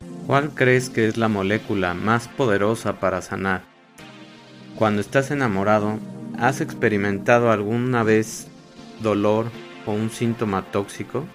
¿Cuál crees que es la molécula más poderosa para sanar? Cuando estás enamorado, ¿has experimentado alguna vez dolor o un síntoma tóxico?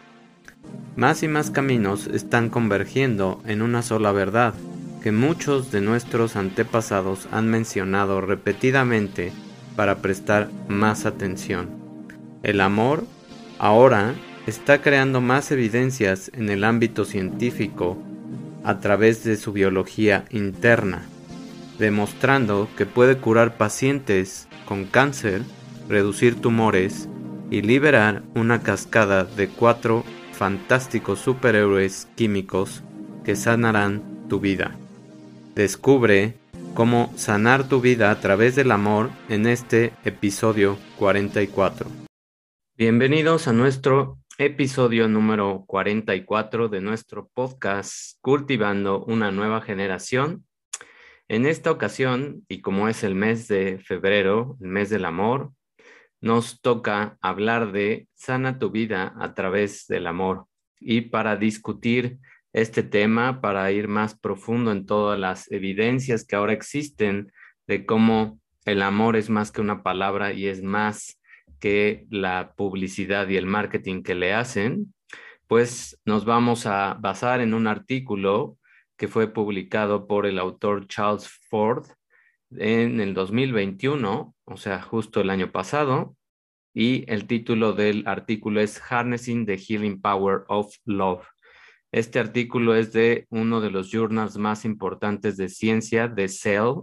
Más y más caminos están convergiendo en una sola verdad, que muchos de nuestros antepasados han mencionado repetidamente para prestar más atención. El amor, ahora, está creando más evidencias en el ámbito científico a través de su biología interna, demostrando que puede curar pacientes con cáncer, reducir tumores y liberar una cascada de 4 fantásticos superhéroes químicos que sanarán tu vida. Descubre cómo sanar tu vida a través del amor en este episodio 44. Bienvenidos a nuestro episodio número 44 de nuestro podcast Cultivando una nueva generación. En esta ocasión, y como es el mes de febrero, el mes del amor, nos toca hablar de sana tu vida a través del amor. Y para discutir este tema, para ir más profundo en todas las evidencias que ahora existen de cómo el amor es más que una palabra y es más que la publicidad y el marketing que le hacen, pues nos vamos a basar en un artículo que fue publicado por el autor Charles Ford en el 2021, o sea, justo el año pasado, y el título del artículo es Harnessing the Healing Power of Love. Este artículo es de uno de los journals más importantes de ciencia, de Cell,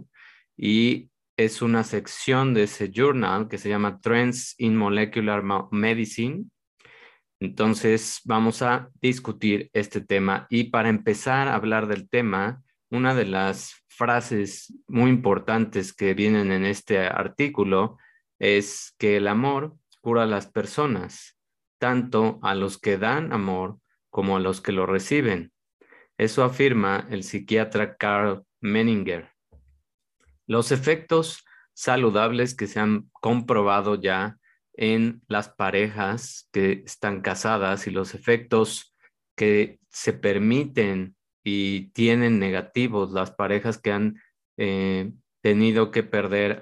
y es una sección de ese journal que se llama Trends in Molecular Medicine. Entonces, vamos a discutir este tema y para empezar a hablar del tema, una de las frases muy importantes que vienen en este artículo es que el amor cura a las personas, tanto a los que dan amor como a los que lo reciben. Eso afirma el psiquiatra Karl Menninger. Los efectos saludables que se han comprobado ya en las parejas que están casadas y los efectos que se permiten y tienen negativos las parejas que han tenido que perder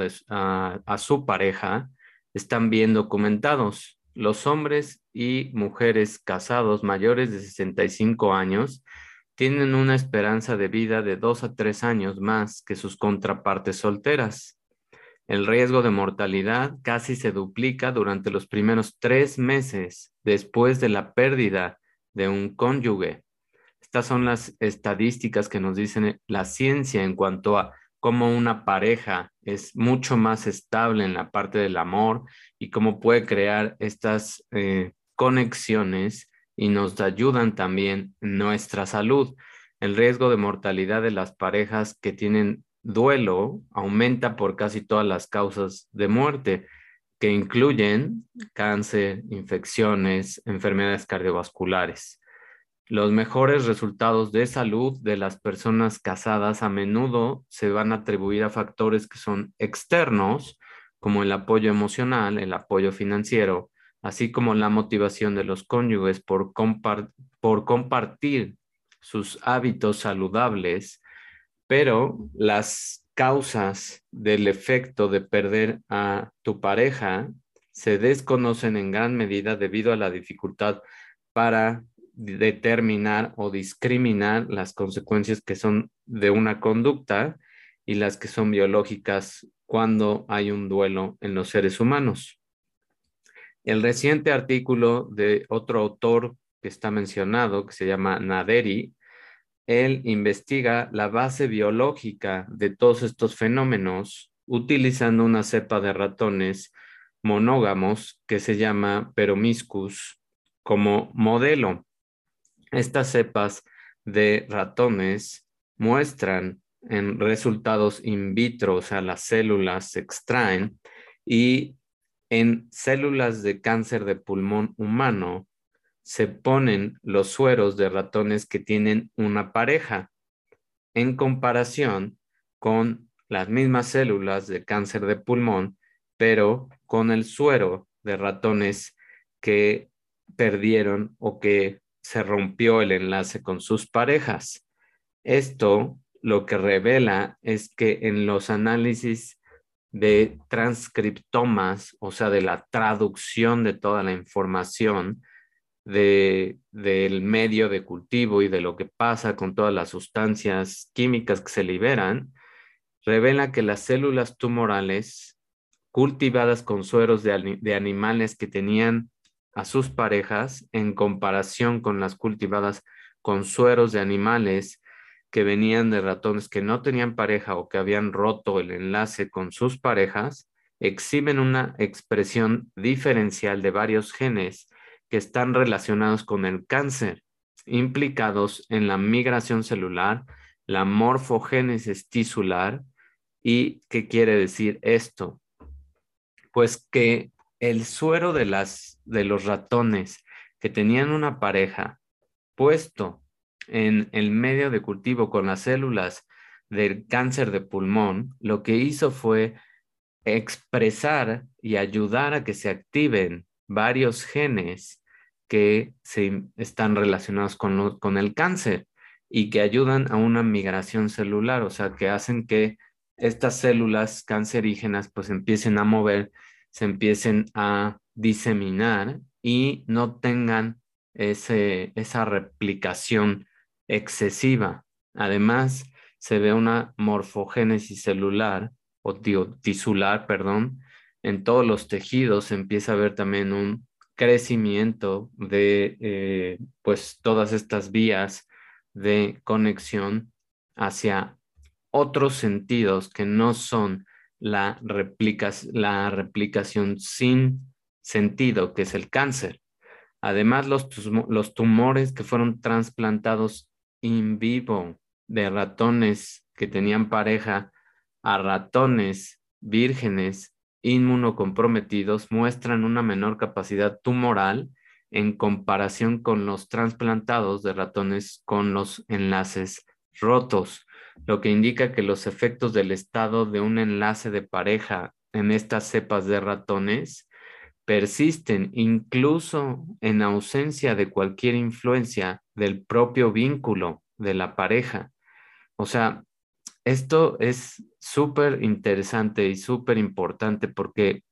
a su pareja están bien documentados. Los hombres y mujeres casados mayores de 65 años tienen una esperanza de vida de 2 a 3 años más que sus contrapartes solteras. El riesgo de mortalidad casi se duplica durante los primeros 3 meses después de la pérdida de un cónyuge. Estas son las estadísticas que nos dicen la ciencia en cuanto a cómo una pareja es mucho más estable en la parte del amor y cómo puede crear estas conexiones y nos ayudan también en nuestra salud. El riesgo de mortalidad de las parejas que tienen duelo aumenta por casi todas las causas de muerte, que incluyen cáncer, infecciones, enfermedades cardiovasculares. Los mejores resultados de salud de las personas casadas a menudo se van a atribuir a factores que son externos, como el apoyo emocional, el apoyo financiero, así como la motivación de los cónyuges por compartir sus hábitos saludables, pero las causas del efecto de perder a tu pareja se desconocen en gran medida debido a la dificultad para determinar o discriminar las consecuencias que son de una conducta y las que son biológicas cuando hay un duelo en los seres humanos. El reciente artículo de otro autor que está mencionado, que se llama Naderi, él investiga la base biológica de todos estos fenómenos utilizando una cepa de ratones monógamos que se llama Peromyscus como modelo. Estas cepas de ratones muestran en resultados in vitro, o sea, las células se extraen y en células de cáncer de pulmón humano se ponen los sueros de ratones que tienen una pareja en comparación con las mismas células de cáncer de pulmón, pero con el suero de ratones que perdieron o que se rompió el enlace con sus parejas. Esto lo que revela es que en los análisis de transcriptomas, o sea, de la traducción de toda la información del medio de cultivo y de lo que pasa con todas las sustancias químicas que se liberan, revela que las células tumorales cultivadas con sueros de animales que tenían a sus parejas en comparación con las cultivadas con sueros de animales que venían de ratones que no tenían pareja o que habían roto el enlace con sus parejas, exhiben una expresión diferencial de varios genes que están relacionados con el cáncer, implicados en la migración celular, la morfogénesis tisular. ¿Y qué quiere decir esto? Pues que el suero de los ratones que tenían una pareja puesto en el medio de cultivo con las células del cáncer de pulmón, lo que hizo fue expresar y ayudar a que se activen varios genes que están relacionados con el cáncer y que ayudan a una migración celular, o sea, que hacen que estas células cancerígenas pues empiecen a mover, se empiecen a diseminar y no tengan esa replicación excesiva. Además, se ve una morfogénesis celular o tisular, perdón, en todos los tejidos se empieza a ver también un crecimiento de pues todas estas vías de conexión hacia otros sentidos que no son la replicación sin sentido, que es el cáncer. Además, los tumores que fueron trasplantados in vivo de ratones que tenían pareja a ratones vírgenes inmunocomprometidos muestran una menor capacidad tumoral en comparación con los trasplantados de ratones con los enlaces rotos, lo que indica que los efectos del estado de un enlace de pareja en estas cepas de ratones persisten incluso en ausencia de cualquier influencia del propio vínculo de la pareja. O sea, esto es súper interesante y súper importante porque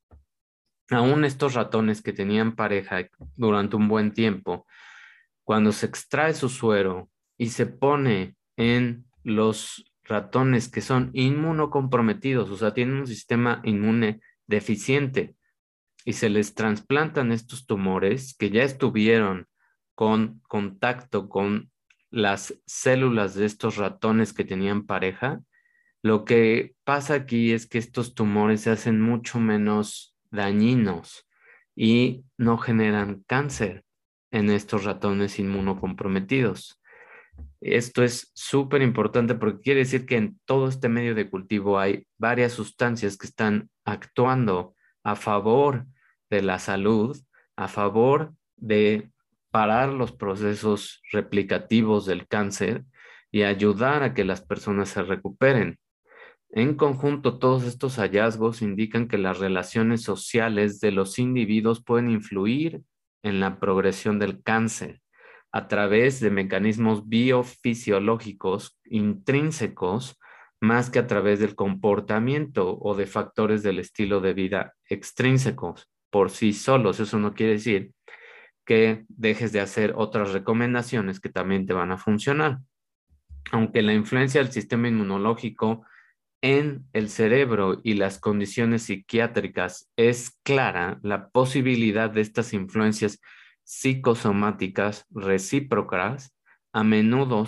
aún estos ratones que tenían pareja durante un buen tiempo, cuando se extrae su suero y se pone en los ratones que son inmunocomprometidos, o sea, tienen un sistema inmune deficiente, y se les trasplantan estos tumores que ya estuvieron con contacto con las células de estos ratones que tenían pareja, lo que pasa aquí es que estos tumores se hacen mucho menos dañinos y no generan cáncer en estos ratones inmunocomprometidos. Esto es súper importante porque quiere decir que en todo este medio de cultivo hay varias sustancias que están actuando a favor de la salud, a favor de parar los procesos replicativos del cáncer y ayudar a que las personas se recuperen. En conjunto, todos estos hallazgos indican que las relaciones sociales de los individuos pueden influir en la progresión del cáncer a través de mecanismos biofisiológicos intrínsecos más que a través del comportamiento o de factores del estilo de vida extrínsecos por sí solos. Eso no quiere decir que dejes de hacer otras recomendaciones que también te van a funcionar. Aunque la influencia del sistema inmunológico en el cerebro y las condiciones psiquiátricas es clara, la posibilidad de estas influencias psicosomáticas recíprocas a menudo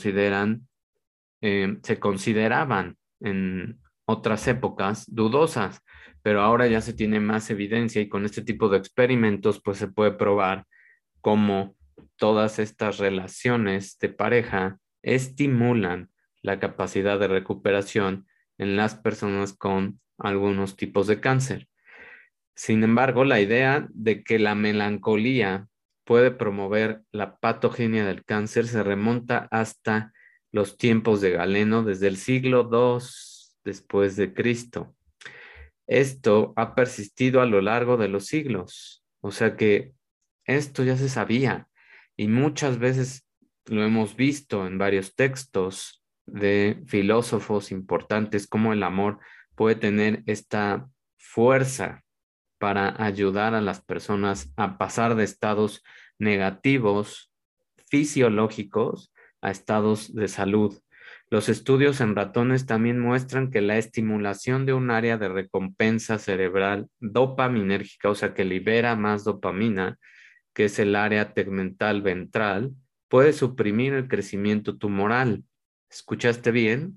se consideraban en otras épocas dudosas, pero ahora ya se tiene más evidencia y con este tipo de experimentos pues se puede probar cómo todas estas relaciones de pareja estimulan la capacidad de recuperación en las personas con algunos tipos de cáncer. Sin embargo, la idea de que la melancolía puede promover la patogenia del cáncer se remonta hasta los tiempos de Galeno, desde el siglo II después de Cristo. Esto ha persistido a lo largo de los siglos, o sea que esto ya se sabía y muchas veces lo hemos visto en varios textos de filósofos importantes, cómo el amor puede tener esta fuerza para ayudar a las personas a pasar de estados negativos fisiológicos a estados de salud. Los estudios en ratones también muestran que la estimulación de un área de recompensa cerebral dopaminérgica, o sea, que libera más dopamina, que es el área tegmental ventral, puede suprimir el crecimiento tumoral. ¿Escuchaste bien?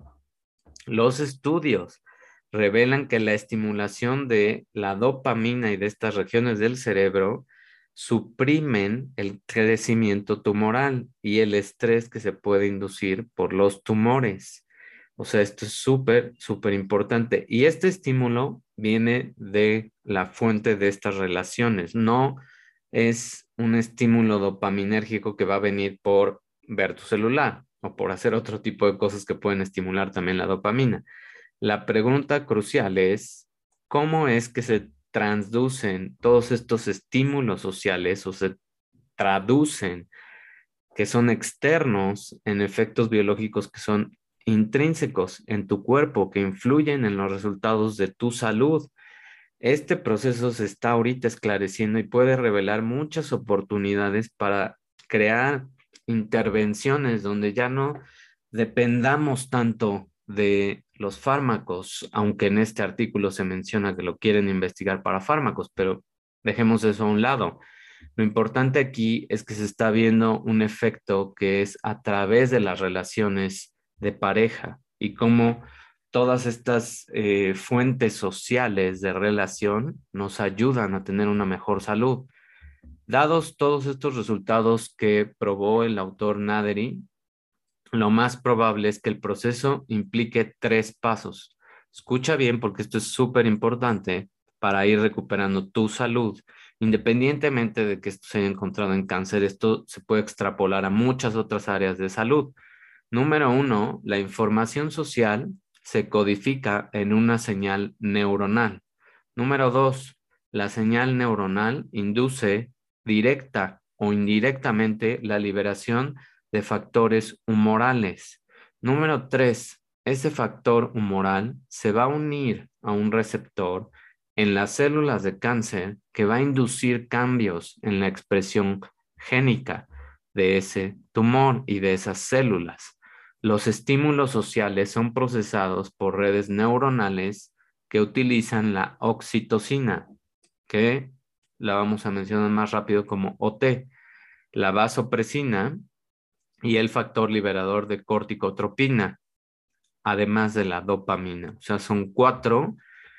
Los estudios revelan que la estimulación de la dopamina y de estas regiones del cerebro suprimen el crecimiento tumoral y el estrés que se puede inducir por los tumores. O sea, esto es súper, súper importante. Y este estímulo viene de la fuente de estas relaciones. No es un estímulo dopaminérgico que va a venir por ver tu celular o por hacer otro tipo de cosas que pueden estimular también la dopamina. La pregunta crucial es, ¿cómo es que se transducen todos estos estímulos sociales o se traducen que son externos en efectos biológicos que son intrínsecos en tu cuerpo, que influyen en los resultados de tu salud? Este proceso se está ahorita esclareciendo y puede revelar muchas oportunidades para crear intervenciones donde ya no dependamos tanto de los fármacos, aunque en este artículo se menciona que lo quieren investigar para fármacos, pero dejemos eso a un lado. Lo importante aquí es que se está viendo un efecto que es a través de las relaciones de pareja y cómo todas estas fuentes sociales de relación nos ayudan a tener una mejor salud. Dados todos estos resultados que probó el autor Nadery, lo más probable es que el proceso implique 3 pasos. Escucha bien porque esto es súper importante para ir recuperando tu salud. Independientemente de que esto se haya encontrado en cáncer, esto se puede extrapolar a muchas otras áreas de salud. Número 1, la información social se codifica en una señal neuronal. Número 2, la señal neuronal induce directa o indirectamente la liberación de factores humorales. Número 3, ese factor humoral se va a unir a un receptor en las células de cáncer que va a inducir cambios en la expresión génica de ese tumor y de esas células. Los estímulos sociales son procesados por redes neuronales que utilizan la oxitocina, que la vamos a mencionar más rápido como OT, la vasopresina y el factor liberador de corticotropina, además de la dopamina. O sea, son 4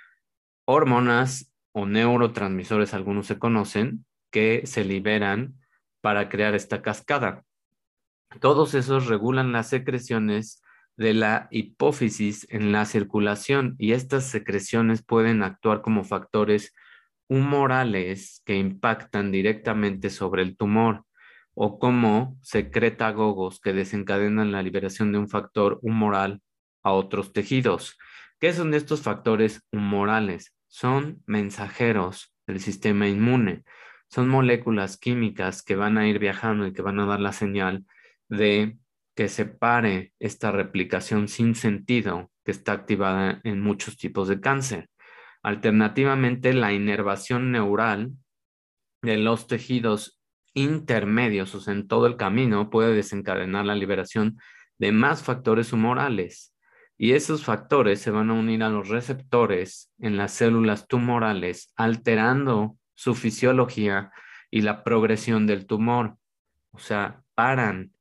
hormonas o neurotransmisores, algunos se conocen, que se liberan para crear esta cascada. Todos esos regulan las secreciones de la hipófisis en la circulación y estas secreciones pueden actuar como factores humorales que impactan directamente sobre el tumor o como secretagogos que desencadenan la liberación de un factor humoral a otros tejidos. ¿Qué son estos factores humorales? Son mensajeros del sistema inmune. Son moléculas químicas que van a ir viajando y que van a dar la señal de que se pare esta replicación sin sentido que está activada en muchos tipos de cáncer. Alternativamente, la inervación neural de los tejidos intermedios, o sea, en todo el camino, puede desencadenar la liberación de más factores humorales. Y esos factores se van a unir a los receptores en las células tumorales, alterando su fisiología y la progresión del tumor. O sea, paran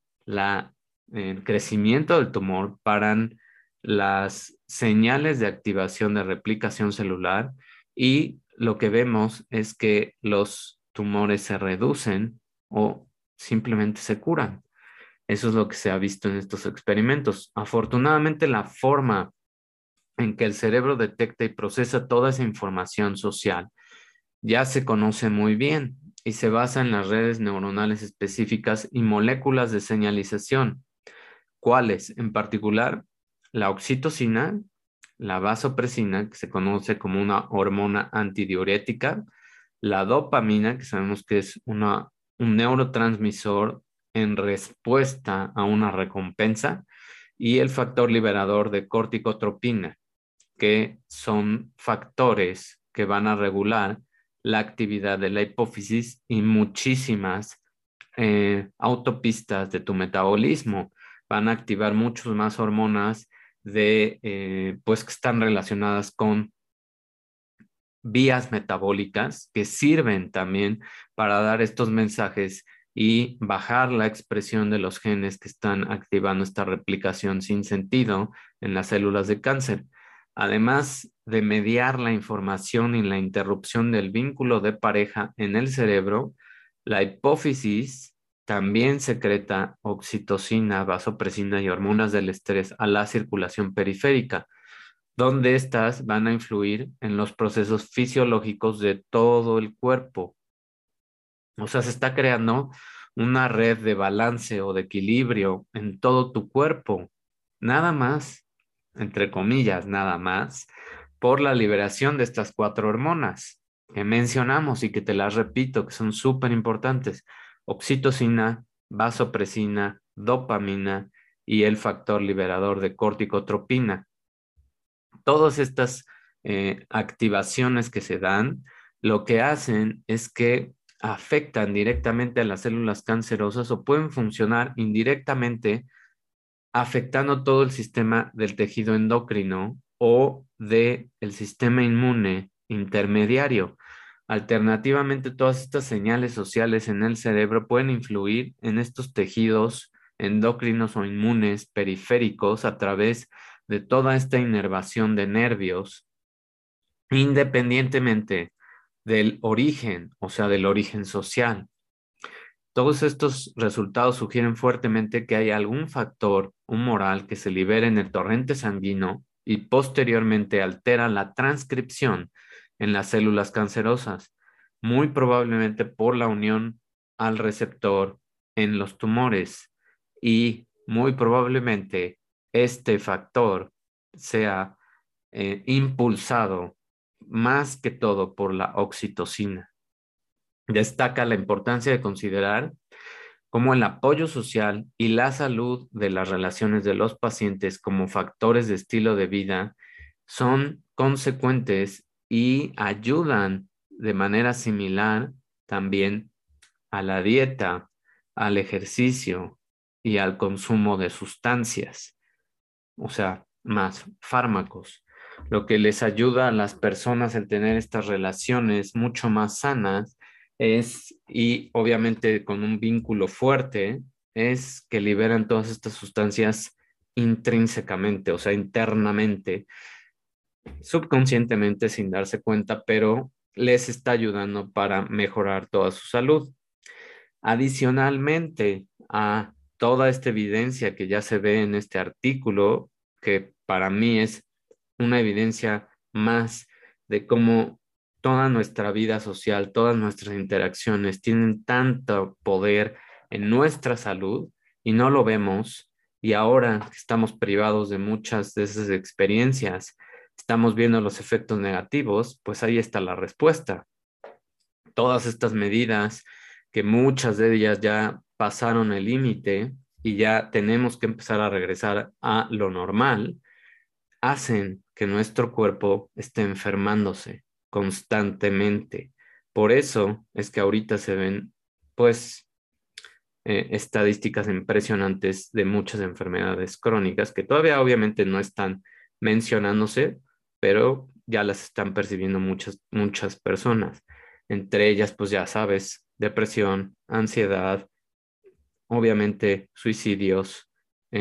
el crecimiento del tumor, paran las señales de activación de replicación celular y lo que vemos es que los tumores se reducen o simplemente se curan. Eso es lo que se ha visto en estos experimentos. Afortunadamente, la forma en que el cerebro detecta y procesa toda esa información social ya se conoce muy bien y se basa en las redes neuronales específicas y moléculas de señalización. ¿Cuáles? En particular, la oxitocina, la vasopresina, que se conoce como una hormona antidiurética, la dopamina, que sabemos que es un neurotransmisor en respuesta a una recompensa, y el factor liberador de corticotropina, que son factores que van a regular la actividad de la hipófisis y muchísimas autopistas de tu metabolismo. Van a activar muchas más hormonas pues que están relacionadas con vías metabólicas que sirven también para dar estos mensajes y bajar la expresión de los genes que están activando esta replicación sin sentido en las células de cáncer. Además de mediar la información y la interrupción del vínculo de pareja en el cerebro, la hipófisis también secreta oxitocina, vasopresina y hormonas del estrés a la circulación periférica, donde estas van a influir en los procesos fisiológicos de todo el cuerpo. O sea, se está creando una red de balance o de equilibrio en todo tu cuerpo. Nada más, entre comillas, nada más, por la liberación de estas 4 hormonas que mencionamos y que te las repito, que son súper importantes: oxitocina, vasopresina, dopamina y el factor liberador de corticotropina. Todas estas activaciones que se dan, lo que hacen es que afectan directamente a las células cancerosas o pueden funcionar indirectamente afectando todo el sistema del tejido endocrino o del sistema inmune intermediario. Alternativamente, todas estas señales sociales en el cerebro pueden influir en estos tejidos endocrinos o inmunes periféricos a través de toda esta inervación de nervios, independientemente del origen, o sea, del origen social. Todos estos resultados sugieren fuertemente que hay algún factor humoral que se libera en el torrente sanguíneo y posteriormente altera la transcripción en las células cancerosas, muy probablemente por la unión al receptor en los tumores, y muy probablemente este factor sea impulsado más que todo por la oxitocina. Destaca la importancia de considerar cómo el apoyo social y la salud de las relaciones de los pacientes como factores de estilo de vida son consecuentes y ayudan de manera similar también a la dieta, al ejercicio y al consumo de sustancias, o sea, más fármacos, lo que les ayuda a las personas el tener estas relaciones mucho más sanas y obviamente con un vínculo fuerte, es que liberan todas estas sustancias intrínsecamente, o sea, internamente, subconscientemente sin darse cuenta, pero les está ayudando para mejorar toda su salud. Adicionalmente a toda esta evidencia que ya se ve en este artículo, que para mí es una evidencia más de cómo toda nuestra vida social, todas nuestras interacciones tienen tanto poder en nuestra salud y no lo vemos, y ahora que estamos privados de muchas de esas experiencias, estamos viendo los efectos negativos, pues ahí está la respuesta. Todas estas medidas, que muchas de ellas ya pasaron el límite y ya tenemos que empezar a regresar a lo normal, hacen que nuestro cuerpo esté enfermándose constantemente. Por eso es que ahorita se ven, pues, estadísticas impresionantes de muchas enfermedades crónicas que todavía obviamente no están mencionándose, pero ya las están percibiendo muchas personas. Entre ellas, pues ya sabes, depresión, ansiedad, obviamente suicidios,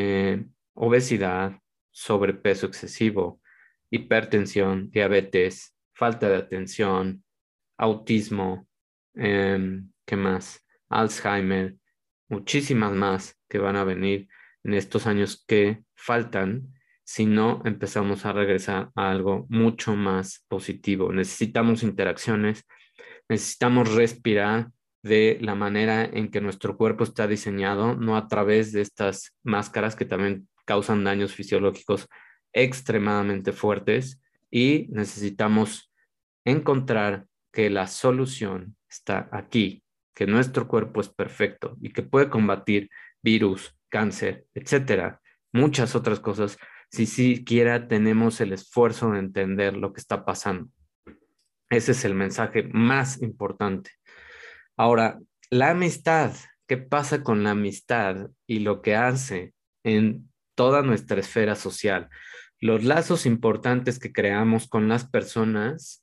obesidad, sobrepeso excesivo, hipertensión, diabetes, falta de atención, autismo, ¿qué más? Alzheimer, muchísimas más que van a venir en estos años que faltan si no empezamos a regresar a algo mucho más positivo. Necesitamos interacciones, necesitamos respirar de la manera en que nuestro cuerpo está diseñado, no a través de estas máscaras que también causan daños fisiológicos extremadamente fuertes, y necesitamos encontrar que la solución está aquí, que nuestro cuerpo es perfecto y que puede combatir virus, cáncer, etcétera, muchas otras cosas, si siquiera tenemos el esfuerzo de entender lo que está pasando. Ese es el mensaje más importante. Ahora, la amistad, ¿qué pasa con la amistad y lo que hace en toda nuestra esfera social? Los lazos importantes que creamos con las personas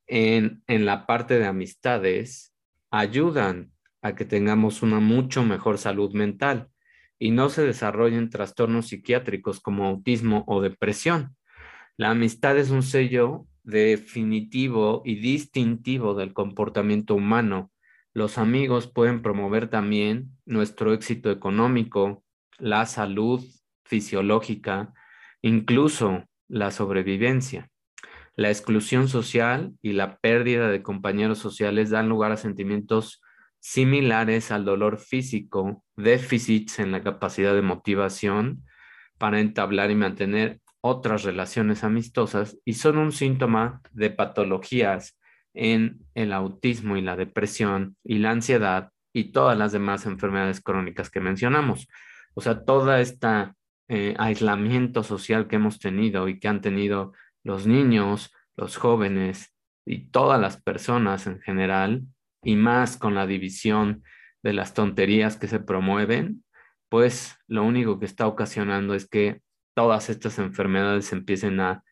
en la parte de amistades ayudan a que tengamos una mucho mejor salud mental y no se desarrollen trastornos psiquiátricos como autismo o depresión. La amistad es un sello definitivo y distintivo del comportamiento humano. Los amigos pueden promover también nuestro éxito económico, la salud fisiológica, incluso la sobrevivencia. La exclusión social y la pérdida de compañeros sociales dan lugar a sentimientos similares al dolor físico, déficits en la capacidad de motivación para entablar y mantener otras relaciones amistosas y son un síntoma de patologías en el autismo y la depresión y la ansiedad y todas las demás enfermedades crónicas que mencionamos. O sea, toda esta aislamiento social que hemos tenido y que han tenido los niños, los jóvenes y todas las personas en general, y más con la división de las tonterías que se promueven, pues lo único que está ocasionando es que todas estas enfermedades se empiecen a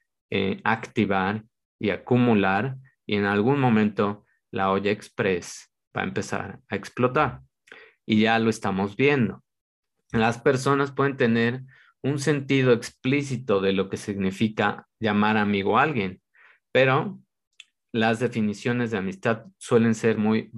activar y acumular y en algún momento la olla express va a empezar a explotar. Y ya lo estamos viendo. Las personas pueden tener un sentido explícito de lo que significa llamar amigo a alguien, pero las definiciones de amistad suelen ser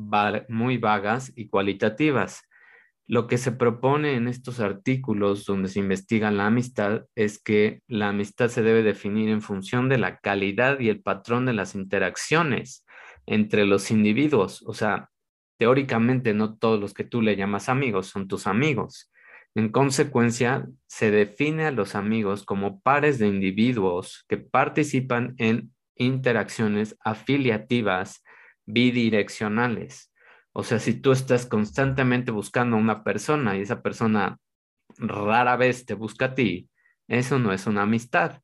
muy vagas y cualitativas. Lo que se propone en estos artículos donde se investiga la amistad es que la amistad se debe definir en función de la calidad y el patrón de las interacciones entre los individuos. O sea, teóricamente no todos los que tú le llamas amigos son tus amigos. En consecuencia, se define a los amigos como pares de individuos que participan en interacciones afiliativas bidireccionales. O sea, si tú estás constantemente buscando a una persona y esa persona rara vez te busca a ti, eso no es una amistad.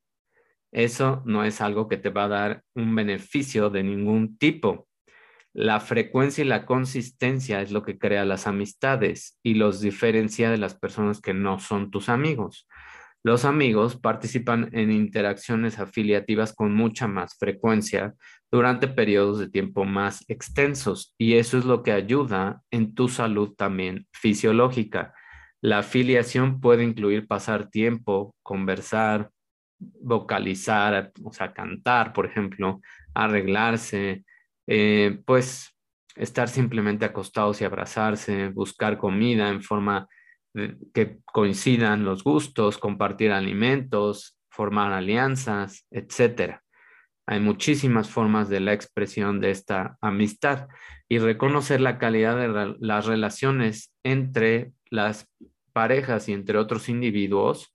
Eso no es algo que te va a dar un beneficio de ningún tipo. La frecuencia y la consistencia es lo que crea las amistades y los diferencia de las personas que no son tus amigos. Los amigos participan en interacciones afiliativas con mucha más frecuencia durante periodos de tiempo más extensos y eso es lo que ayuda en tu salud también fisiológica. La afiliación puede incluir pasar tiempo, conversar, vocalizar, o sea, cantar, por ejemplo, arreglarse, pues estar simplemente acostados y abrazarse, buscar comida en forma que coincidan los gustos, compartir alimentos, formar alianzas, etcétera. Hay muchísimas formas de la expresión de esta amistad y reconocer la calidad de las relaciones entre las parejas y entre otros individuos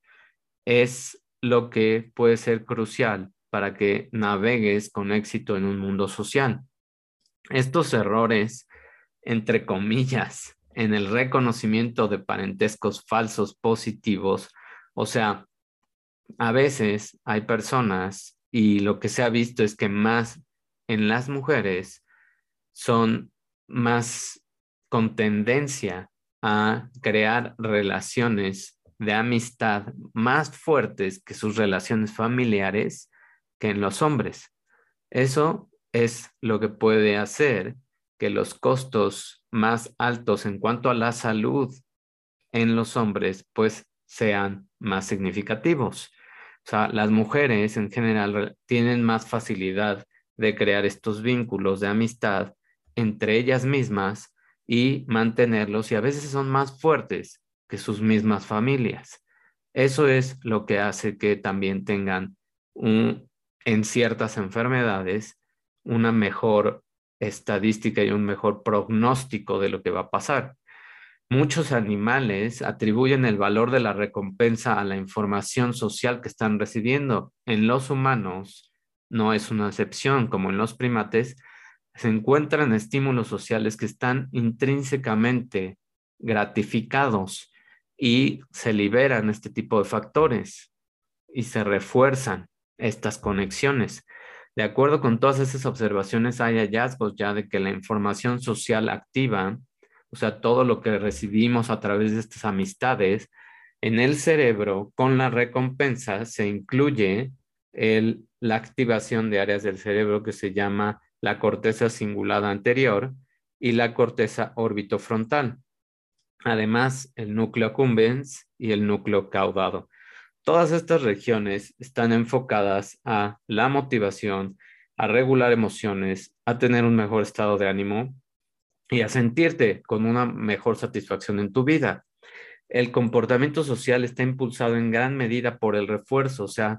es lo que puede ser crucial para que navegues con éxito en un mundo social. Estos errores, entre comillas, en el reconocimiento de parentescos falsos positivos, o sea, a veces hay personas y lo que se ha visto es que más en las mujeres son más con tendencia a crear relaciones de amistad más fuertes que sus relaciones familiares que en los hombres. Eso es lo que puede hacer que los costos más altos en cuanto a la salud en los hombres pues sean más significativos. O sea, las mujeres en general tienen más facilidad de crear estos vínculos de amistad entre ellas mismas y mantenerlos y a veces son más fuertes que sus mismas familias. Eso es lo que hace que también tengan en ciertas enfermedades una mejor estadística y un mejor pronóstico de lo que va a pasar. Muchos animales atribuyen el valor de la recompensa a la información social que están recibiendo. En los humanos no es una excepción, como en los primates, se encuentran estímulos sociales que están intrínsecamente gratificados y se liberan este tipo de factores y se refuerzan estas conexiones. De acuerdo con todas esas observaciones, hay hallazgos ya de que la información social activa, o sea, todo lo que recibimos a través de estas amistades, en el cerebro, con la recompensa, se incluye la activación de áreas del cerebro que se llama la corteza cingulada anterior y la corteza orbitofrontal. Además, el núcleo accumbens y el núcleo caudado. Todas estas regiones están enfocadas a la motivación, a regular emociones, a tener un mejor estado de ánimo y a sentirte con una mejor satisfacción en tu vida. El comportamiento social está impulsado en gran medida por el refuerzo, o sea,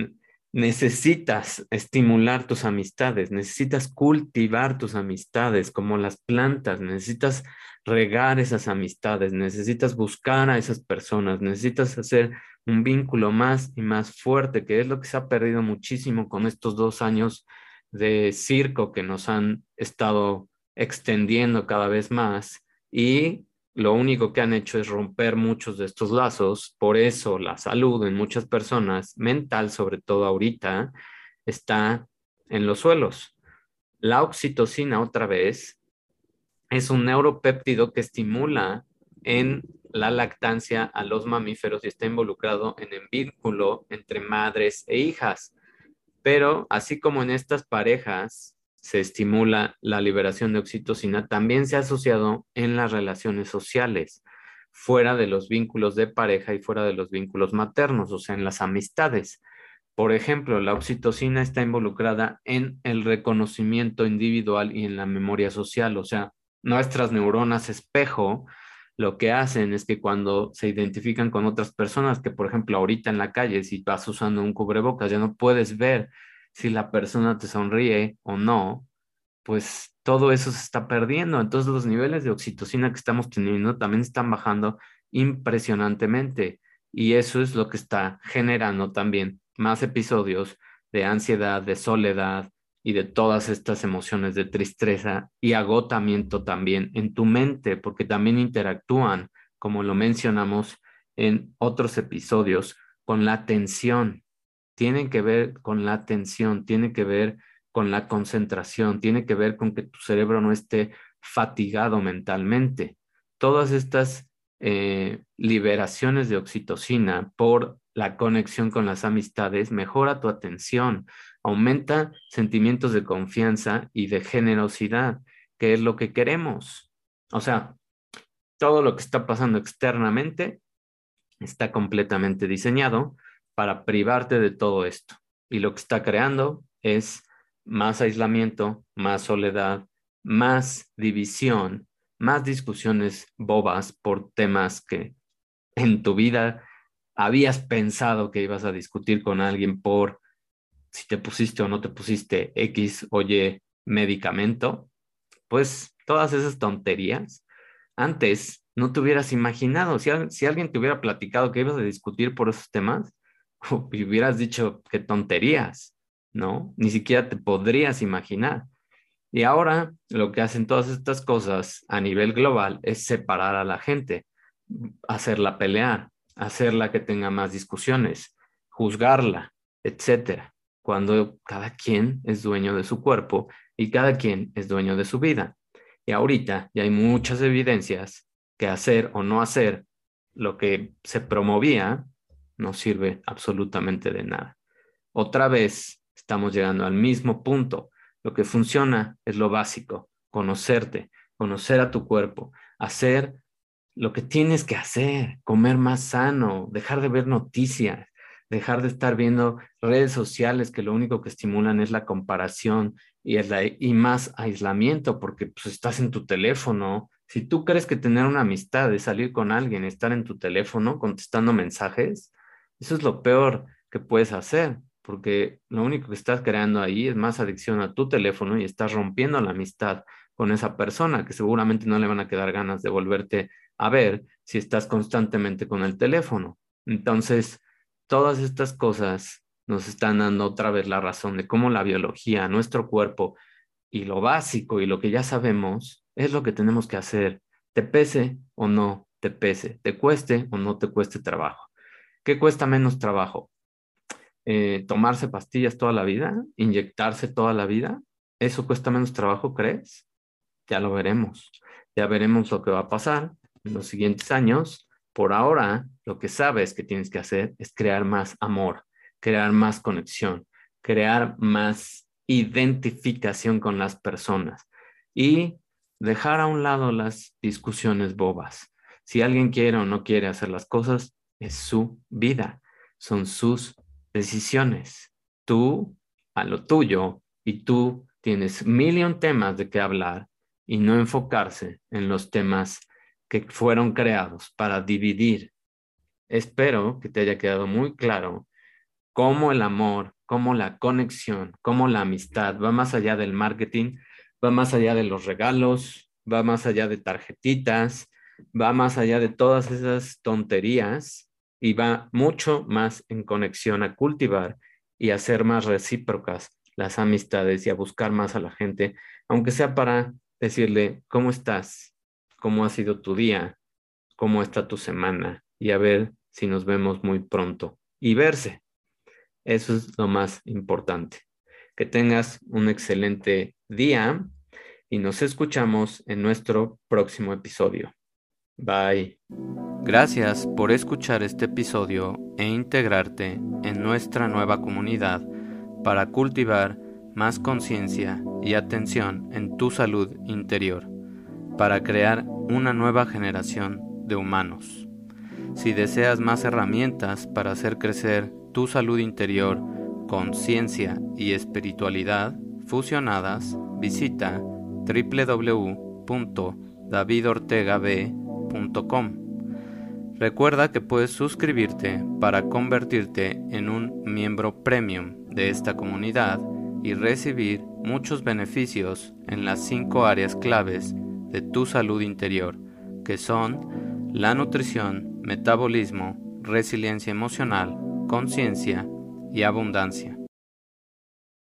necesitas estimular tus amistades, necesitas cultivar tus amistades como las plantas, necesitas regar esas amistades, necesitas buscar a esas personas, necesitas hacer un vínculo más y más fuerte, que es lo que se ha perdido muchísimo con estos 2 años de circo que nos han estado extendiendo cada vez más y lo único que han hecho es romper muchos de estos lazos. Por eso la salud en muchas personas, mental sobre todo ahorita, está en los suelos. La oxitocina, otra vez, es un neuropéptido que estimula en la lactancia a los mamíferos y está involucrado en el vínculo entre madres e hijas. Pero así como en estas parejas se estimula la liberación de oxitocina, también se ha asociado en las relaciones sociales, fuera de los vínculos de pareja y fuera de los vínculos maternos, o sea, en las amistades. Por ejemplo, la oxitocina está involucrada en el reconocimiento individual y en la memoria social, o sea, nuestras neuronas espejo lo que hacen es que cuando se identifican con otras personas, que por ejemplo ahorita en la calle, si vas usando un cubrebocas, ya no puedes ver si la persona te sonríe o no, pues todo eso se está perdiendo. Entonces los niveles de oxitocina que estamos teniendo también están bajando impresionantemente y eso es lo que está generando también más episodios de ansiedad, de soledad y de todas estas emociones de tristeza y agotamiento también en tu mente, porque también interactúan, como lo mencionamos en otros episodios, con la atención. Tienen que ver con la atención, tiene que ver con la concentración, tiene que ver con que tu cerebro no esté fatigado mentalmente. Todas estas liberaciones de oxitocina por la conexión con las amistades mejora tu atención, aumenta sentimientos de confianza y de generosidad, que es lo que queremos. O sea, todo lo que está pasando externamente está completamente diseñado para privarte de todo esto. Y lo que está creando es más aislamiento, más soledad, más división, más discusiones bobas por temas que en tu vida habías pensado que ibas a discutir con alguien por si te pusiste o no te pusiste X o Y medicamento, pues todas esas tonterías antes no te hubieras imaginado. Si alguien te hubiera platicado que ibas a discutir por esos temas, hubieras dicho qué tonterías, ¿no? Ni siquiera te podrías imaginar. Y ahora lo que hacen todas estas cosas a nivel global es separar a la gente, hacerla pelear, hacerla que tenga más discusiones, juzgarla, etcétera, cuando cada quien es dueño de su cuerpo y cada quien es dueño de su vida. Y ahorita ya hay muchas evidencias que hacer o no hacer lo que se promovía no sirve absolutamente de nada. Otra vez estamos llegando al mismo punto. Lo que funciona es lo básico, conocerte, conocer a tu cuerpo, hacer lo que tienes que hacer, comer más sano, dejar de ver noticias, dejar de estar viendo redes sociales que lo único que estimulan es la comparación y más aislamiento porque pues, estás en tu teléfono. Si tú crees que tener una amistad es salir con alguien, estar en tu teléfono contestando mensajes, eso es lo peor que puedes hacer, porque lo único que estás creando ahí es más adicción a tu teléfono y estás rompiendo la amistad con esa persona que seguramente no le van a quedar ganas de volverte a ver si estás constantemente con el teléfono. Entonces, todas estas cosas nos están dando otra vez la razón de cómo la biología, nuestro cuerpo, y lo básico y lo que ya sabemos es lo que tenemos que hacer, te pese o no te pese, te cueste o no te cueste trabajo. ¿Qué cuesta menos trabajo? ¿Tomarse pastillas toda la vida? ¿Inyectarse toda la vida? ¿Eso cuesta menos trabajo, crees? Ya lo veremos. Ya veremos lo que va a pasar en los siguientes años. Por ahora, lo que sabes que tienes que hacer es crear más amor, crear más conexión, crear más identificación con las personas y dejar a un lado las discusiones bobas. Si alguien quiere o no quiere hacer las cosas, es su vida, son sus decisiones. Tú a lo tuyo y tú tienes mil y un temas de qué hablar y no enfocarse en los temas que fueron creados para dividir. Espero que te haya quedado muy claro cómo el amor, cómo la conexión, cómo la amistad va más allá del marketing, va más allá de los regalos, va más allá de tarjetitas, va más allá de todas esas tonterías y va mucho más en conexión a cultivar y a ser más recíprocas las amistades y a buscar más a la gente, aunque sea para decirle, ¿cómo estás? ¿Cómo ha sido tu día? ¿Cómo está tu semana? Y a ver si nos vemos muy pronto. Y verse. Eso es lo más importante. Que tengas un excelente día y nos escuchamos en nuestro próximo episodio. Bye. Gracias por escuchar este episodio e integrarte en nuestra nueva comunidad para cultivar más conciencia y atención en tu salud interior, para crear una nueva generación de humanos. Si deseas más herramientas para hacer crecer tu salud interior, conciencia y espiritualidad fusionadas, visita www.davidortegab.com. Recuerda que puedes suscribirte para convertirte en un miembro premium de esta comunidad y recibir muchos beneficios en las 5 áreas claves de tu salud interior, que son la nutrición, metabolismo, resiliencia emocional, conciencia y abundancia.